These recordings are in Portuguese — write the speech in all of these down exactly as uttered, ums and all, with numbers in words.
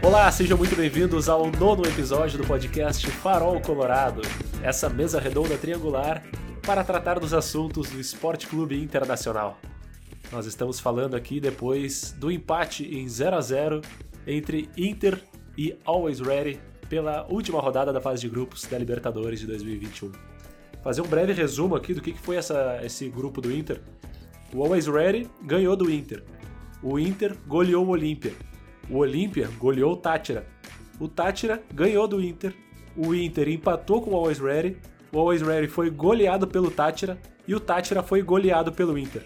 Olá, sejam muito bem-vindos ao nono episódio do podcast Farol Colorado, essa mesa redonda triangular para tratar dos assuntos do Esporte Clube Internacional. Nós estamos falando aqui depois do empate em zero a zero entre Inter e Always Ready pela última rodada da fase de grupos da Libertadores de dois mil e vinte e um. Fazer um breve resumo aqui do que foi essa, esse grupo do Inter. O Always Ready ganhou do Inter. O Inter goleou o Olímpia. O Olímpia goleou o Táchira. O Táchira ganhou do Inter. O Inter empatou com o Always Ready. O Always Ready foi goleado pelo Táchira. E o Táchira foi goleado pelo Inter.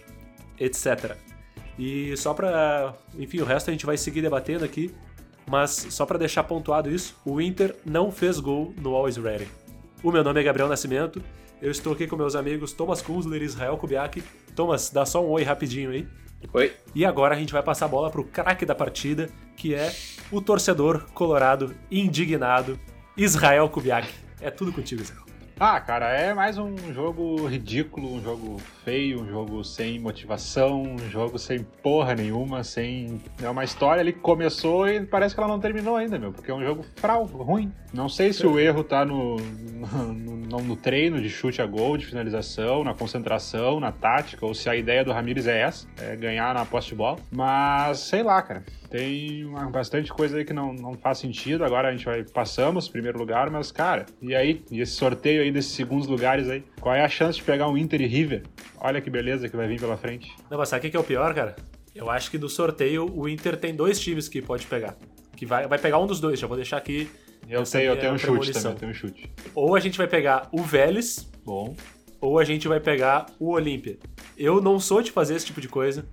Etc. E só pra... Enfim, o resto a gente vai seguir debatendo aqui. Mas só pra deixar pontuado isso, o Inter não fez gol no Always Ready. O meu nome é Gabriel Nascimento. Eu estou aqui com meus amigos Thomas Kunzler e Israel Kubiak. Thomas, dá só um oi rapidinho aí. Oi. E agora a gente vai passar a bola pro craque da partida, que é o torcedor colorado indignado, Israel Kubiak. É tudo contigo, Israel. Ah, cara, é mais um jogo ridículo, um jogo feio, um jogo sem motivação, um jogo sem porra nenhuma, sem... É uma história ali que começou e parece que ela não terminou ainda, meu, porque é um jogo fraco, ruim. Não sei se o erro tá no, no, no, no treino de chute a gol, de finalização, na concentração, na tática, ou se a ideia do Ramires é essa, é ganhar na posse de bola. Mas, sei lá, cara, tem uma, bastante coisa aí que não, não faz sentido. Agora a gente vai, passamos primeiro lugar, mas, cara, e aí? E esse sorteio aí desses segundos lugares aí? Qual é a chance de pegar um Inter e River? Olha que beleza que vai vir pela frente. Não, mas sabe o que é o pior, cara? Eu acho que do sorteio o Inter tem dois times que pode pegar. Que vai, vai pegar um dos dois, já vou deixar aqui. Eu tenho, eu tenho um chute também, eu tenho um chute. Ou a gente vai pegar o Vélez, bom, ou a gente vai pegar o Olímpia. Eu não sou de fazer esse tipo de coisa,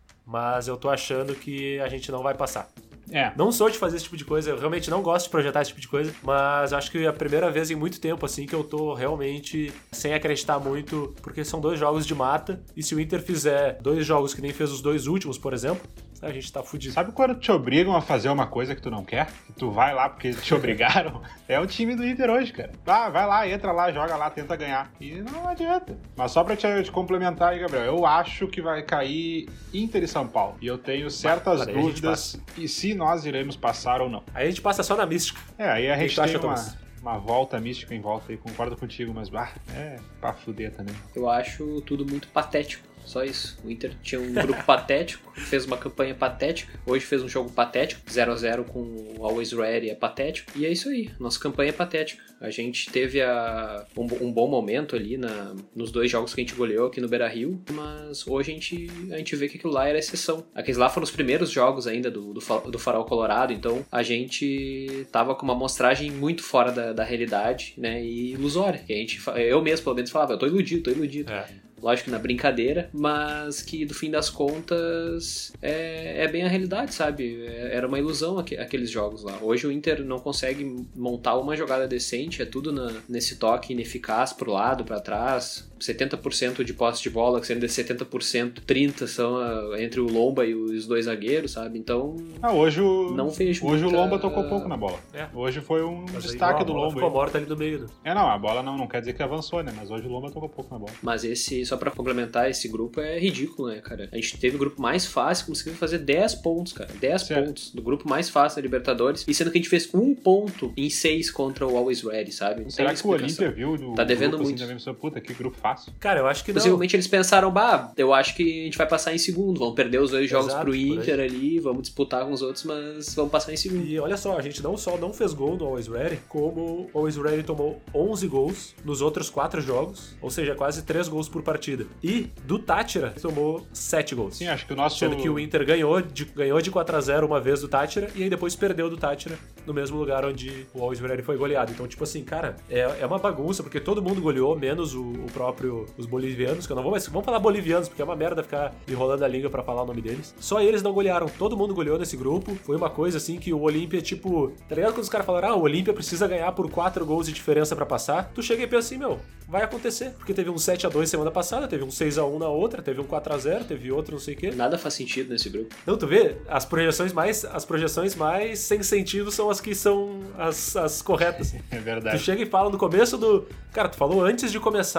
mas eu tô achando que a gente não vai passar. É. Não sou de fazer esse tipo de coisa, eu realmente não gosto de projetar esse tipo de coisa, mas acho que é a primeira vez em muito tempo assim que eu tô realmente sem acreditar muito, porque são dois jogos de mata, e se o Inter fizer dois jogos que nem fez os dois últimos, por exemplo, a gente tá fudido. Sabe quando te obrigam a fazer uma coisa que tu não quer? Que tu vai lá porque te obrigaram? É o time do Inter hoje, cara. Ah, vai lá, entra lá, joga lá, tenta ganhar. E não adianta. Mas só pra te, te complementar aí, Gabriel, eu acho que vai cair Inter e São Paulo. E eu tenho certas mas, dúvidas e se nós iremos passar ou não. Aí a gente passa só na mística. É, aí a gente tem acha, uma, Thomas? uma volta mística em volta aí, concordo contigo, mas bah, é pra fuder também. Eu acho tudo muito patético. Só isso. O Inter tinha um grupo patético, fez uma campanha patética, hoje fez um jogo patético, zero a zero com o Always Ready é patético, e é isso aí, nossa campanha é patética. A gente teve a, um, um bom momento ali na, nos dois jogos que a gente goleou aqui no Beira-Rio, mas hoje a gente, a gente vê que aquilo lá era exceção. Aqueles lá foram os primeiros jogos ainda do, do, do Farol Colorado, então a gente tava com uma amostragem muito fora da, da realidade, né, e ilusória. Que a gente, eu mesmo, pelo menos, falava, eu tô iludido, tô iludido. É. Lógico que na brincadeira, mas que do fim das contas é, é bem a realidade, sabe? Era uma ilusão aqu- aqueles jogos lá. Hoje o Inter não consegue montar uma jogada decente, é tudo na, nesse toque ineficaz pro lado, pra trás. setenta por cento de posse de bola, que sendo de setenta por cento, trinta por cento são a, entre o Lomba e os dois zagueiros, sabe? Então, ah, hoje o, não vejo hoje muita... o Lomba tocou pouco na bola. É. Hoje foi um mas destaque aí, ó, do a bola Lomba. ficou morta ali no meio. Né? É, não, a bola não, não quer dizer que avançou, né? Mas hoje o Lomba tocou pouco na bola. Mas esse, só pra complementar, esse grupo é ridículo, né, cara? A gente teve o grupo mais fácil, conseguiu fazer dez pontos, cara. dez certo. pontos do grupo mais fácil da Libertadores. E sendo que a gente fez um ponto em seis contra o Always Ready, sabe? Não Será tem que o explicação. Olímpia viu do Tá devendo grupo, muito. Assim, também pensou, puta, que grupo fácil. Cara, eu acho que não. Possivelmente eles pensaram, bah, eu acho que a gente vai passar em segundo. Vamos perder os dois jogos Exato, pro Inter por aí. ali, vamos disputar com os outros, mas vamos passar em segundo. E olha só, a gente não só não fez gol no Always Ready, como o Always Ready tomou onze gols nos outros quatro jogos, ou seja, quase três gols por partida. E do Táchira tomou sete gols. Sim, acho que o nosso... Sendo que o Inter ganhou de, ganhou de quatro a zero uma vez do Táchira e aí depois perdeu do Táchira no mesmo lugar onde o Always Ready foi goleado. Então, tipo assim, cara, é, é uma bagunça, porque todo mundo goleou, menos o, o próprio, os bolivianos, que eu não vou mais... Vamos falar bolivianos, porque é uma merda ficar enrolando a língua pra falar o nome deles. Só eles não golearam, todo mundo goleou nesse grupo. Foi uma coisa assim que o Olímpia, tipo... Tá ligado quando os caras falaram, ah, o Olímpia precisa ganhar por quatro gols de diferença pra passar? Tu chega e pensa assim, meu, vai acontecer. Porque teve um sete a dois semana passada, teve um seis a um na outra, teve um quatro a zero, teve outro não sei o quê. Nada faz sentido nesse grupo. Não, tu vê? As projeções mais, as projeções mais sem sentido são as que são as, as corretas. É verdade. Tu chega e fala no começo do... Cara, tu falou antes de começar a,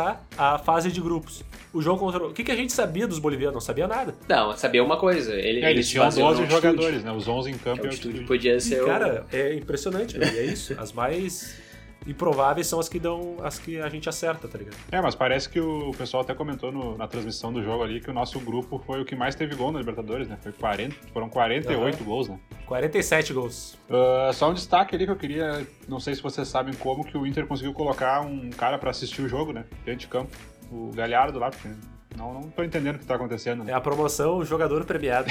a fase de grupos. O jogo contra... O que, que a gente sabia dos bolivianos? Não sabia nada. Não, sabia uma coisa. Ele, é, eles tinham doze jogadores, né? Os onze em campo. Que a altitude podia ser e, o... Cara, é impressionante, né? E é isso. As mais improváveis são as que dão, as que a gente acerta, tá ligado? É, mas parece que o pessoal até comentou no, na transmissão do jogo ali que o nosso grupo foi o que mais teve gol na Libertadores, né? Foi quarenta, foram quarenta e oito uhum. gols, né? quarenta e sete gols. Uh, só um destaque ali que eu queria, não sei se vocês sabem como que o Inter conseguiu colocar um cara pra assistir o jogo, né? Dentro de campo. O Galhardo lá, porque não, não tô entendendo o que tá acontecendo. Né? É a promoção jogador premiado.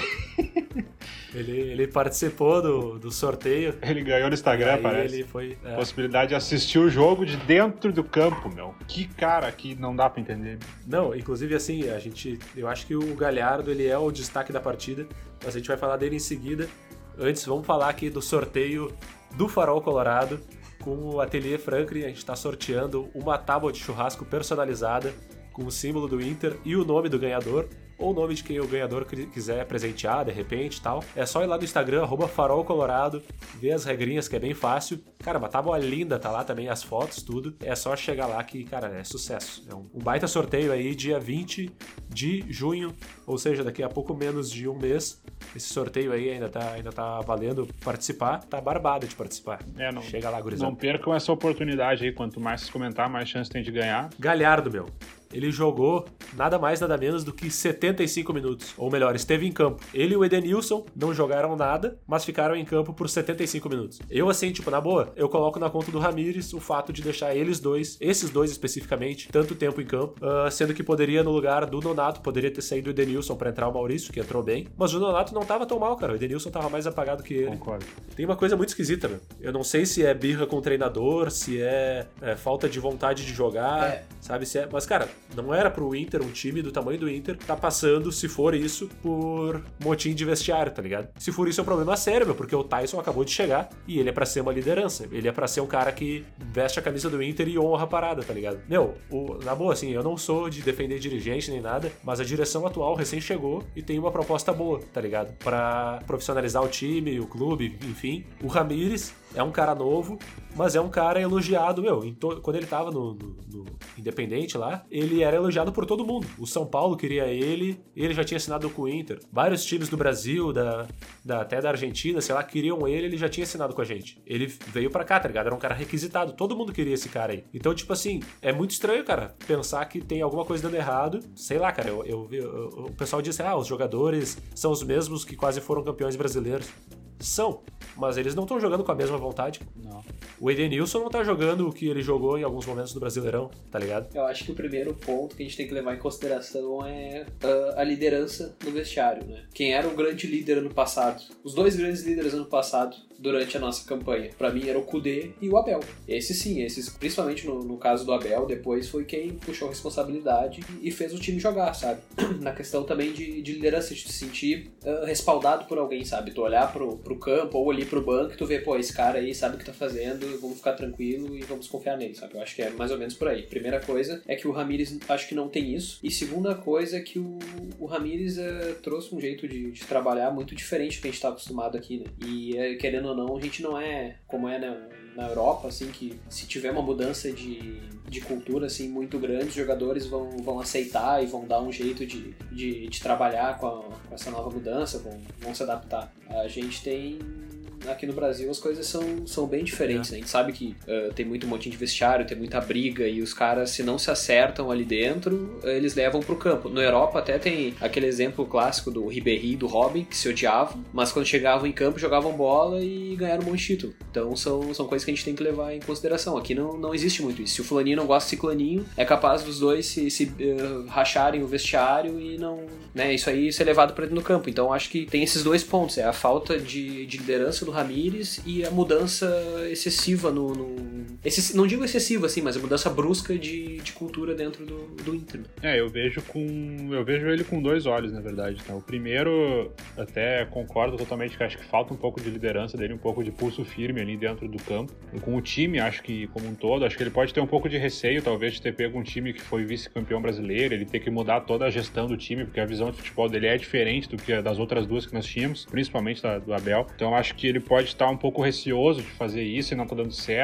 ele, ele participou do, do sorteio. Ele ganhou no Instagram, parece. Ele foi, é. Possibilidade de assistir o jogo de dentro do campo, meu. Que cara que não dá pra entender. Não, inclusive assim, a gente, eu acho que o Galhardo, ele é o destaque da partida, mas a gente vai falar dele em seguida. Antes, vamos falar aqui do sorteio do Farol Colorado com o Ateliê Franklin. A gente está sorteando uma tábua de churrasco personalizada com o símbolo do Inter e o nome do ganhador, ou o nome de quem o ganhador quiser presentear, de repente e tal. É só ir lá no Instagram, arroba Farol Colorado, ver as regrinhas, que é bem fácil. Cara, uma tábua linda, tá lá também as fotos, tudo. É só chegar lá que, cara, é sucesso. É um, um baita sorteio aí, dia vinte de junho, ou seja, daqui a pouco menos de um mês. Esse sorteio aí ainda tá, ainda tá valendo participar, tá barbado de participar. É, não, chega lá, gurizada. Não percam essa oportunidade aí, quanto mais vocês comentar, mais chance tem de ganhar. Galhardo, meu. Ele jogou nada mais, nada menos do que setenta e cinco minutos. Ou melhor, esteve em campo. Ele e o Edenilson não jogaram nada, mas ficaram em campo por setenta e cinco minutos. Eu, assim, tipo, na boa, eu coloco na conta do Ramires o fato de deixar eles dois, esses dois especificamente, tanto tempo em campo, uh, sendo que poderia, no lugar do Nonato, poderia ter saído o Edenilson pra entrar o Maurício, que entrou bem, mas o Nonato não tava tão mal, cara. O Edenilson tava mais apagado que ele. Concordo. Tem uma coisa muito esquisita, meu. Eu não sei se é birra com o treinador, se é, é falta de vontade de jogar, é. sabe? Se é... Mas, cara, não era pro Inter, um time do tamanho do Inter, tá passando, se for isso, por motim de vestiário, tá ligado? Se for isso, é um problema sério, meu, porque o Tyson acabou de chegar e ele é pra ser uma liderança. Ele é pra ser um cara que veste a camisa do Inter e honra a parada, tá ligado? Meu, o, na boa, assim, eu não sou de defender dirigente nem nada, mas a direção atual recém chegou e tem uma proposta boa, tá ligado? Pra profissionalizar o time, o clube, enfim. O Ramires é um cara novo, mas é um cara elogiado, meu. To... Quando ele tava no, no, no Independente lá, ele era elogiado por todo mundo. O São Paulo queria ele, ele já tinha assinado com o Inter. Vários times do Brasil, da, da, até da Argentina, sei lá, queriam ele, ele já tinha assinado com a gente. Ele veio pra cá, tá ligado? Era um cara requisitado, todo mundo queria esse cara aí. Então, tipo assim, é muito estranho, cara, pensar que tem alguma coisa dando errado. Sei lá, cara, eu, eu, eu, eu, o pessoal diz, ah, os jogadores são os mesmos que quase foram campeões brasileiros. São, mas eles não estão jogando com a mesma vontade. Não. O Edenilson não tá jogando o que ele jogou em alguns momentos do Brasileirão, tá ligado? Eu acho que o primeiro ponto que a gente tem que levar em consideração é uh, a liderança no vestiário, né? Quem era o grande líder ano passado? Os dois grandes líderes ano passado, durante a nossa campanha, pra mim era o Kudê e o Abel. Esse sim, esses, principalmente no, no caso do Abel, depois foi quem puxou a responsabilidade e fez o time jogar, sabe? Na questão também de, de liderança, de se sentir uh, respaldado por alguém, sabe? Tu olhar pro, pro campo ou ali pro banco e tu vê, pô, esse cara aí sabe o que tá fazendo, vamos ficar tranquilo e vamos confiar nele, sabe? Eu acho que é mais ou menos por aí. Primeira coisa é que o Ramires acho que não tem isso. E segunda coisa é que o, o Ramires uh, trouxe um jeito de, de trabalhar muito diferente do que a gente tá acostumado aqui, né? E uh, querendo ou não, a gente não é como é na, na Europa, assim, que se tiver uma mudança de, de cultura, assim, muito grande, os jogadores vão, vão aceitar e vão dar um jeito de, de, de trabalhar com, a, com essa nova mudança, vão, vão se adaptar. A gente tem... Aqui no Brasil as coisas são, são bem diferentes, né? A gente sabe que uh, tem muito motim de vestiário, tem muita briga e os caras, se não se acertam ali dentro, uh, eles levam pro campo. Na Europa até tem aquele exemplo clássico do Ribéry e do Robin, que se odiavam, mas quando chegavam em campo jogavam bola e ganharam um monte de título. Então são, são coisas que a gente tem que levar em consideração. Aqui não, não existe muito isso. Se o fulaninho não gosta do ciclaninho, é capaz dos dois se, se uh, racharem o vestiário e não... Né, isso aí ser levado pra dentro do campo. Então acho que tem esses dois pontos. É a falta de, de liderança do Ramires e a mudança excessiva no... no excess, não digo excessiva, assim, mas a mudança brusca de, de cultura dentro do, do Inter. É, eu vejo com... Eu vejo ele com dois olhos, na verdade. Tá? O primeiro, até concordo totalmente que acho que falta um pouco de liderança dele, um pouco de pulso firme ali dentro do campo. E com o time, acho que como um todo, acho que ele pode ter um pouco de receio, talvez, de ter pego um time que foi vice-campeão brasileiro, ele ter que mudar toda a gestão do time, porque a visão de futebol dele é diferente do que a das outras duas que nós tínhamos, principalmente da, do Abel. Então acho que ele pode estar um pouco receoso de fazer isso e não tá dando certo, enfim, sabe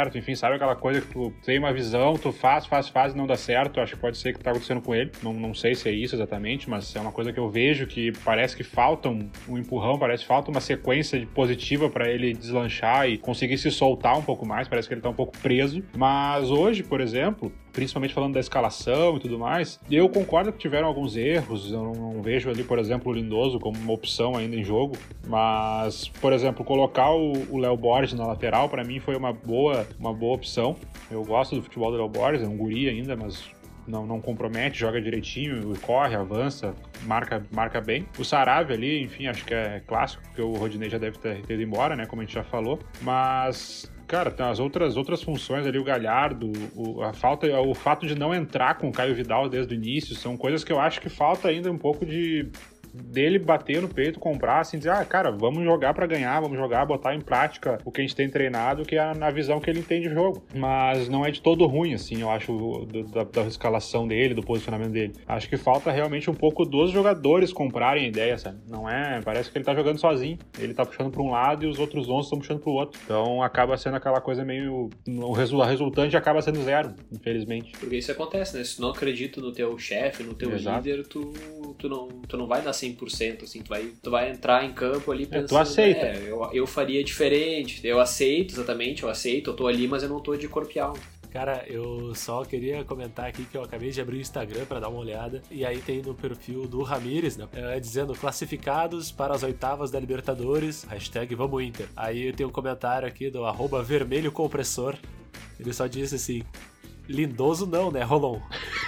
Sabe aquela coisa que tu tem uma visão, tu faz, faz, faz e não dá certo? Acho que pode ser que tá acontecendo com ele. Não, não sei se é isso exatamente, mas é uma coisa que eu vejo que parece que falta um, um empurrão, parece que falta uma sequência positiva pra ele deslanchar e conseguir se soltar um pouco mais. Parece que ele tá um pouco preso. Mas hoje, por exemplo, principalmente falando da escalação e tudo mais, eu concordo que tiveram alguns erros. Eu não, não vejo ali, por exemplo, o Lindoso como uma opção ainda em jogo. Mas, por exemplo, colocar o Léo Borges na lateral, pra mim, foi uma boa, uma boa opção. Eu gosto do futebol do Léo Borges, é um guri ainda, mas não, não compromete, joga direitinho, corre, avança, marca, marca bem. O Saravia ali, enfim, acho que é clássico, porque o Rodinei já deve ter, ter ido embora, né, como a gente já falou. Mas, cara, tem as outras, outras funções ali, o Galhardo, o, a falta, o fato de não entrar com o Caio Vidal desde o início, são coisas que eu acho que falta ainda um pouco de... dele bater no peito, comprar, assim, dizer, ah, cara, vamos jogar pra ganhar, vamos jogar, botar em prática o que a gente tem treinado, que é na visão que ele entende de jogo. Mas não é de todo ruim, assim, eu acho, do, da, da escalação dele, do posicionamento dele. Acho que falta realmente um pouco dos jogadores comprarem a ideia, sabe? Não é, parece que ele tá jogando sozinho, ele tá puxando pra um lado e os outros onze estão puxando pro outro. Então acaba sendo aquela coisa meio... o resultante acaba sendo zero, infelizmente. Porque isso acontece, né? Se tu não acredita no teu chefe, no teu Exato. líder, tu, tu, não, tu não vai dar cem por cento, assim, tu vai, tu vai entrar em campo ali pensando, é, tu aceita. É, eu, eu faria diferente, eu aceito, exatamente, eu aceito, eu tô ali, mas eu não tô de corpo e alma. Cara, eu só queria comentar aqui que eu acabei de abrir o Instagram pra dar uma olhada, e aí tem no perfil do Ramires, né, é, dizendo classificados para as oitavas da Libertadores, hashtag Vamos Inter. Aí tem um comentário aqui do arroba vermelho compressor, ele só disse assim, Lindoso não, né, Rolon?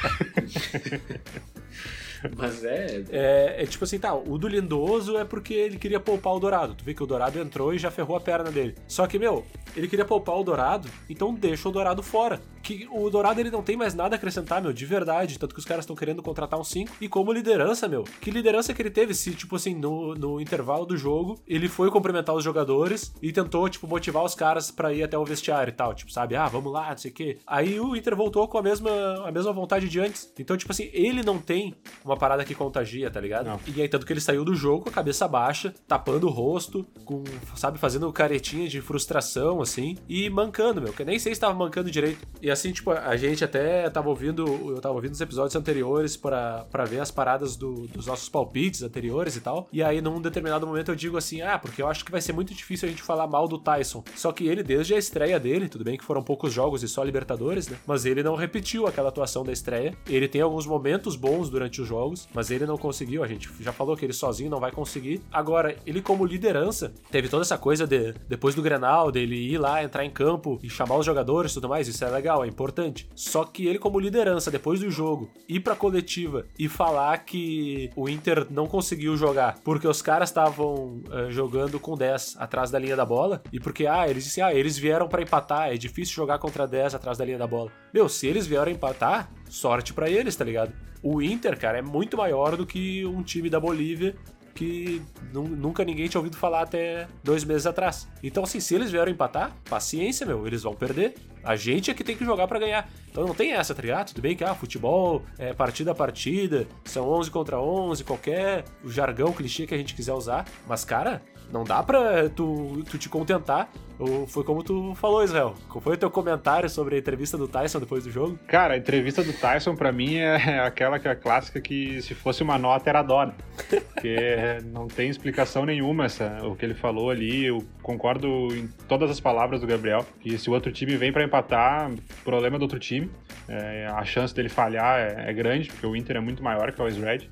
Mas é... é... É tipo assim, tá, o do Lindoso é porque ele queria poupar o Dourado. Tu vê que o Dourado entrou e já ferrou a perna dele. Só que, meu, ele queria poupar o Dourado, então deixa o Dourado fora. Que o Dourado, ele não tem mais nada a acrescentar, meu, de verdade. Tanto que os caras estão querendo contratar um cinco. E como liderança, meu, que liderança que ele teve? Se, tipo assim, no, no intervalo do jogo, ele foi cumprimentar os jogadores e tentou, tipo, motivar os caras pra ir até o vestiário e tal. Tipo, sabe, ah, vamos lá, não sei o quê. Aí o Inter voltou com a mesma, a mesma vontade de antes. Então, tipo assim, ele não tem uma parada que contagia, tá ligado? Não. E aí, tanto que ele saiu do jogo com a cabeça baixa, tapando o rosto, com, sabe, fazendo caretinha de frustração, assim, e mancando, meu, que eu nem sei se tava mancando direito. E assim, tipo, a gente até tava ouvindo, eu tava ouvindo os episódios anteriores pra, pra ver as paradas do, dos nossos palpites anteriores e tal, e aí num determinado momento eu digo assim, ah, porque eu acho que vai ser muito difícil a gente falar mal do Tyson. Só que ele, desde a estreia dele, tudo bem que foram poucos jogos e só Libertadores, né, mas ele não repetiu aquela atuação da estreia. Ele tem alguns momentos bons durante os jogos, mas ele não conseguiu, a gente já falou que ele sozinho não vai conseguir. Agora, ele como liderança, teve toda essa coisa de, depois do Grenal, dele ir lá, entrar em campo e chamar os jogadores e tudo mais, isso é legal, é importante. Só que ele como liderança, depois do jogo, ir pra coletiva e falar que o Inter não conseguiu jogar porque os caras estavam uh, jogando com dez atrás da linha da bola, e porque, ah, eles disseram, ah, eles vieram pra empatar, é difícil jogar contra dez atrás da linha da bola. Meu, se eles vieram empatar, sorte pra eles, tá ligado? O Inter, cara, é muito maior do que um time da Bolívia que nunca ninguém tinha ouvido falar até dois meses atrás. Então, assim, se eles vieram empatar, paciência, meu, eles vão perder. A gente é que tem que jogar pra ganhar. Então não tem essa, tá ligado? Tudo bem que, ah, futebol é partida a partida, são onze contra onze, qualquer jargão, clichê que a gente quiser usar. Mas, cara, não dá pra tu, tu te contentar. Ou foi como tu falou, Israel. Qual foi o teu comentário sobre a entrevista do Tyson depois do jogo? Cara, a entrevista do Tyson, pra mim, é aquela que é clássica que se fosse uma nota era dó. Porque não tem explicação nenhuma essa, o que ele falou ali. Eu concordo em todas as palavras do Gabriel. Que se o outro time vem pra empatar, problema do outro time. É, a chance dele falhar é, é grande, porque o Inter é muito maior que o Always Red.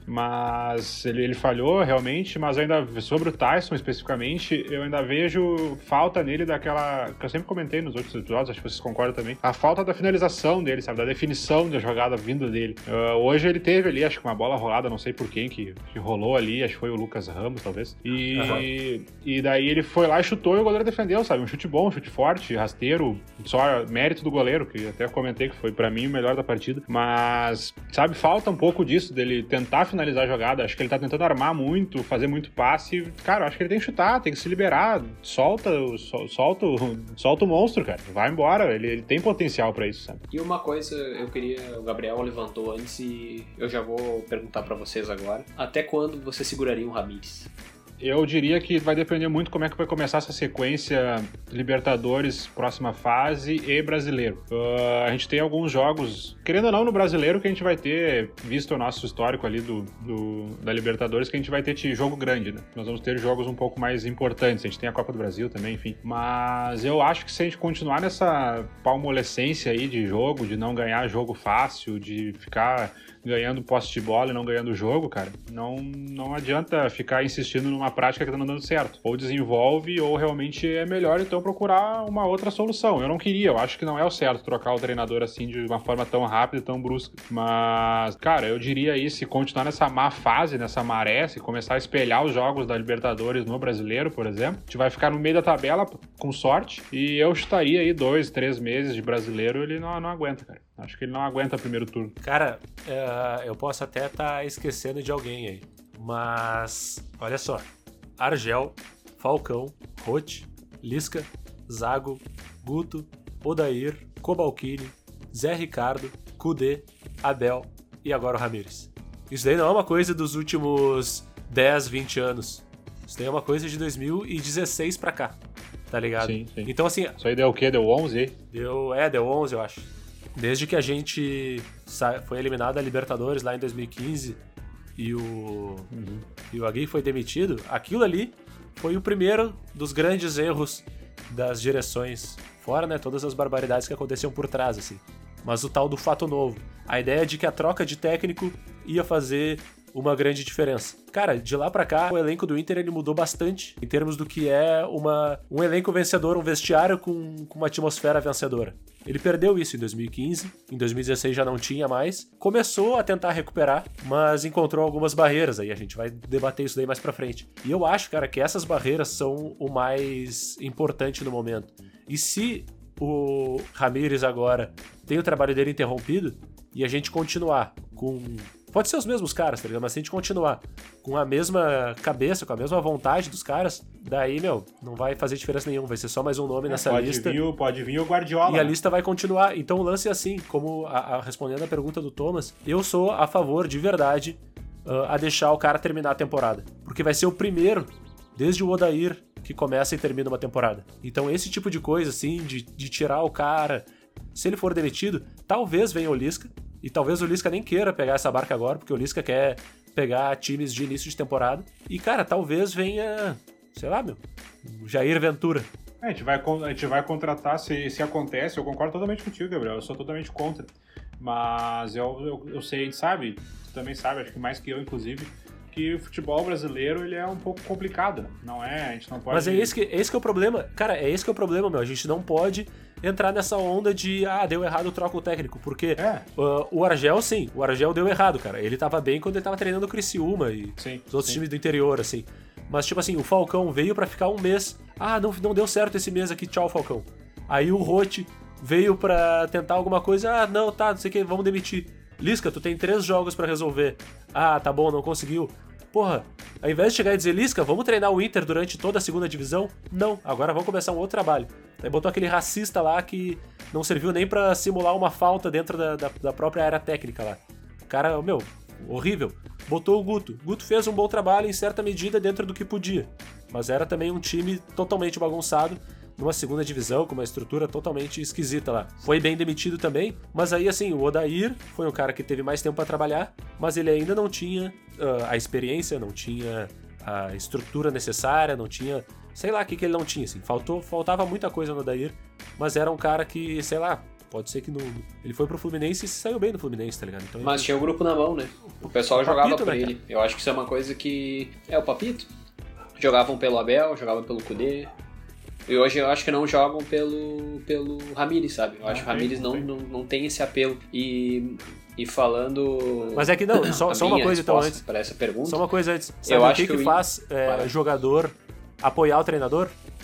Mas ele, ele falhou realmente, mas ainda sobre o Tyson especificamente, eu ainda vejo falta nele daquela, que eu sempre comentei nos outros episódios, acho que vocês concordam também, a falta da finalização dele, sabe, da definição da jogada vinda dele. Uh, hoje ele teve ali, acho que uma bola rolada, não sei por quem que, que rolou ali, acho que foi o Lucas Ramos, talvez. E, uhum. e, e daí ele foi lá e chutou e o goleiro defendeu, sabe, um chute bom, um chute forte, rasteiro, só mérito do goleiro, que até comentei que foi pra mim o melhor da partida, mas, sabe, falta um pouco disso, dele tentar finalizar a jogada. Acho que ele tá tentando armar muito, fazer muito passe. Cara, eu acho que ele tem que chutar, tem que se liberar, solta, sol, solta, solta o monstro, cara, vai embora, ele, ele tem potencial pra isso, sabe? E uma coisa, eu queria, o Gabriel levantou antes e eu já vou perguntar pra vocês agora, até quando você seguraria um Ramires? Eu diria que vai depender muito como é que vai começar essa sequência Libertadores, próxima fase e Brasileiro. Uh, a gente tem alguns jogos, querendo ou não, no Brasileiro, que a gente vai ter, visto o nosso histórico ali do, do, da Libertadores, que a gente vai ter jogo grande, né? Nós vamos ter jogos um pouco mais importantes. A gente tem a Copa do Brasil também, enfim. Mas eu acho que se a gente continuar nessa palmolescência aí de jogo, de não ganhar jogo fácil, de ficar ganhando posse de bola e não ganhando o jogo, cara, não, não adianta ficar insistindo numa prática que tá não dando certo. Ou desenvolve, ou realmente é melhor então procurar uma outra solução. Eu não queria, eu acho que não é o certo trocar o treinador assim de uma forma tão rápida e tão brusca. Mas, cara, eu diria aí, se continuar nessa má fase, nessa maré, se começar a espelhar os jogos da Libertadores no Brasileiro, por exemplo, a gente vai ficar no meio da tabela com sorte, e eu estaria aí dois, três meses de Brasileiro, ele não, não aguenta, cara. Acho que ele não aguenta o primeiro turno. Cara, uh, eu posso até estar tá esquecendo de alguém aí, mas olha só: Argel, Falcão, Roth, Lisca, Zago, Guto, Odair, Cobalcini, Zé Ricardo, Kudê, Abel e agora o Ramírez. Isso daí não é uma coisa dos últimos dez, vinte anos. Isso daí é uma coisa de dois mil e dezesseis pra cá, tá ligado? Sim, sim. Então assim... Isso aí deu o quê? Deu onze aí? Deu, é, deu onze, eu acho. Desde que a gente foi eliminado da Libertadores lá em dois mil e quinze e o, uhum. e o Agui foi demitido, aquilo ali foi o primeiro dos grandes erros das direções, fora, né, todas as barbaridades que aconteciam por trás, assim. Mas o tal do fato novo, a ideia de que a troca de técnico ia fazer uma grande diferença. Cara, de lá pra cá, o elenco do Inter ele mudou bastante em termos do que é uma, um elenco vencedor, um vestiário com, com uma atmosfera vencedora. Ele perdeu isso em dois mil e quinze, em dois mil e dezesseis já não tinha mais, começou a tentar recuperar, mas encontrou algumas barreiras, aí a gente vai debater isso daí mais pra frente. E eu acho, cara, que essas barreiras são o mais importante no momento. E se o Ramírez agora tem o trabalho dele interrompido, e a gente continuar com... Pode ser os mesmos caras, tá ligado? Mas se a gente continuar com a mesma cabeça, com a mesma vontade dos caras, daí, meu, não vai fazer diferença nenhuma. Vai ser só mais um nome é, nessa pode lista. Vir, pode vir o Guardiola. E a lista vai continuar. Então o lance é assim, como a, a, respondendo a pergunta do Thomas, eu sou a favor, de verdade, uh, a deixar o cara terminar a temporada. Porque vai ser o primeiro, desde o Odair, que começa e termina uma temporada. Então esse tipo de coisa, assim, de, de tirar o cara... Se ele for demitido, talvez venha o Lisca. E talvez o Lisca nem queira pegar essa barca agora, porque o Lisca quer pegar times de início de temporada. E, cara, talvez venha, sei lá, meu, o Jair Ventura. É, a, gente vai, a gente vai contratar, se, se acontece, eu concordo totalmente contigo, Gabriel, eu sou totalmente contra. Mas eu, eu, eu sei, a gente sabe, tu também sabe, acho que mais que eu, inclusive, que o futebol brasileiro ele é um pouco complicado, não é? A gente não pode... Mas é esse que, esse que é o problema, cara, é esse que é o problema, meu. A gente não pode entrar nessa onda de, ah, deu errado, troca o técnico, porque é. uh, o Argel, sim, o Argel deu errado, cara. Ele tava bem quando ele tava treinando o Criciúma e sim, os outros sim. times do interior, assim. Mas, tipo assim, o Falcão veio pra ficar um mês, ah, não, não deu certo esse mês aqui, tchau, Falcão. Aí o Roth veio pra tentar alguma coisa, ah, não, tá, não sei o que, vamos demitir. Lisca, tu tem três jogos pra resolver. Ah, tá bom, não conseguiu. Porra, ao invés de chegar e dizer, Lisca, vamos treinar o Inter durante toda a segunda divisão? Não, agora vamos começar um outro trabalho. Aí botou aquele racista lá que não serviu nem pra simular uma falta dentro da, da, da própria área técnica lá. O cara, meu, horrível. Botou o Guto. Guto fez um bom trabalho em certa medida dentro do que podia. Mas era também um time totalmente bagunçado, numa segunda divisão, com uma estrutura totalmente esquisita lá. Foi bem demitido também, mas aí assim, o Odair foi um cara que teve mais tempo para trabalhar, mas ele ainda não tinha uh, a experiência, não tinha a estrutura necessária, não tinha... Sei lá o que, que ele não tinha, assim. Faltou, faltava muita coisa no Odair, mas era um cara que, sei lá, pode ser que no, ele foi pro Fluminense e saiu bem no Fluminense, tá ligado? Então, mas ele... tinha o grupo na mão, né? O pessoal o jogava Papito, por né, ele. cara? Eu acho que isso é uma coisa que... É, o Papito. Jogavam pelo Abel, jogavam pelo Kudê. E hoje eu acho que não jogam pelo, pelo Ramírez, sabe? Eu acho que o Ramírez não, não, não tem esse apelo. E, e falando... Mas é que não, só, só uma coisa então antes. Para essa pergunta. Só uma coisa antes. Sabe eu o acho que, que, que faz é, jogador apoiar o treinador?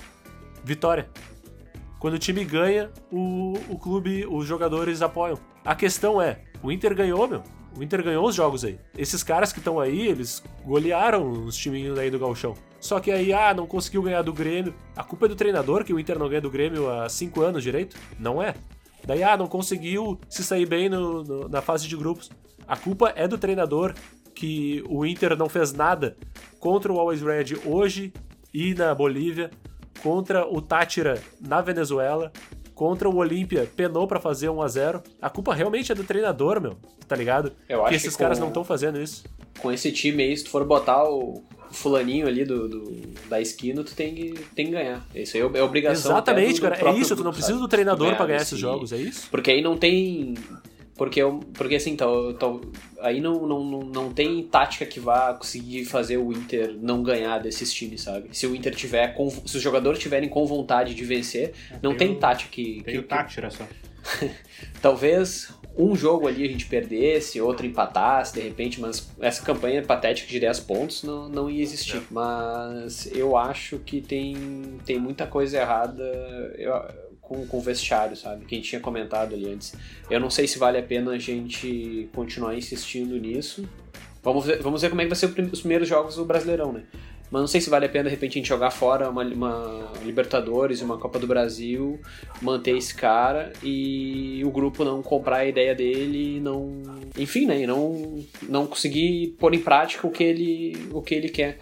Vitória. Quando o time ganha, o, o clube, os jogadores apoiam. A questão é, o Inter ganhou, meu. O Inter ganhou os jogos aí. Esses caras que estão aí, eles golearam os timinhos aí do Gauchão. Só que aí, ah, não conseguiu ganhar do Grêmio. A culpa é do treinador, que o Inter não ganha do Grêmio há cinco anos direito? Não é. Daí, ah, não conseguiu se sair bem no, no, na fase de grupos. A culpa é do treinador, que o Inter não fez nada contra o Always Red hoje e na Bolívia, contra o Táchira na Venezuela, contra o Olímpia, penou pra fazer um a zero. A culpa realmente é do treinador, meu, tá ligado? Eu que acho esses que caras com- não estão fazendo isso. Com esse time aí, se tu for botar o fulaninho ali do, do- da esquina, tu tem que, tem que ganhar. Isso aí é obrigação até do- Exatamente, do cara. É próprio isso, tu não grupo, precisa sabe? do treinador Ganhar pra ganhar desse- esses jogos, é isso? Porque aí não tem... Porque, eu- porque assim, tal, tal, aí não, não, não, não tem tática que vá conseguir fazer o Inter não ganhar desses times, sabe? Se o Inter tiver, com, se os jogadores tiverem com vontade de vencer, não tem tem o- tática que... Tem que- o Táchira só. Talvez um jogo ali a gente perdesse, outro empatasse, de repente, mas essa campanha patética de dez pontos não, não ia existir. Mas eu acho que tem, tem muita coisa errada eu- com, com o vestiário, sabe? Que a gente tinha comentado ali antes. Eu não sei se vale a pena a gente continuar insistindo nisso. Vamos ver, vamos ver como é que vai ser o prim- os primeiros jogos do Brasileirão, né? Mas não sei se vale a pena, de repente, a gente jogar fora uma, uma Libertadores, uma Copa do Brasil, manter esse cara e o grupo não comprar a ideia dele e não... Enfim, né? E não, não conseguir pôr em prática o que ele, o que ele quer.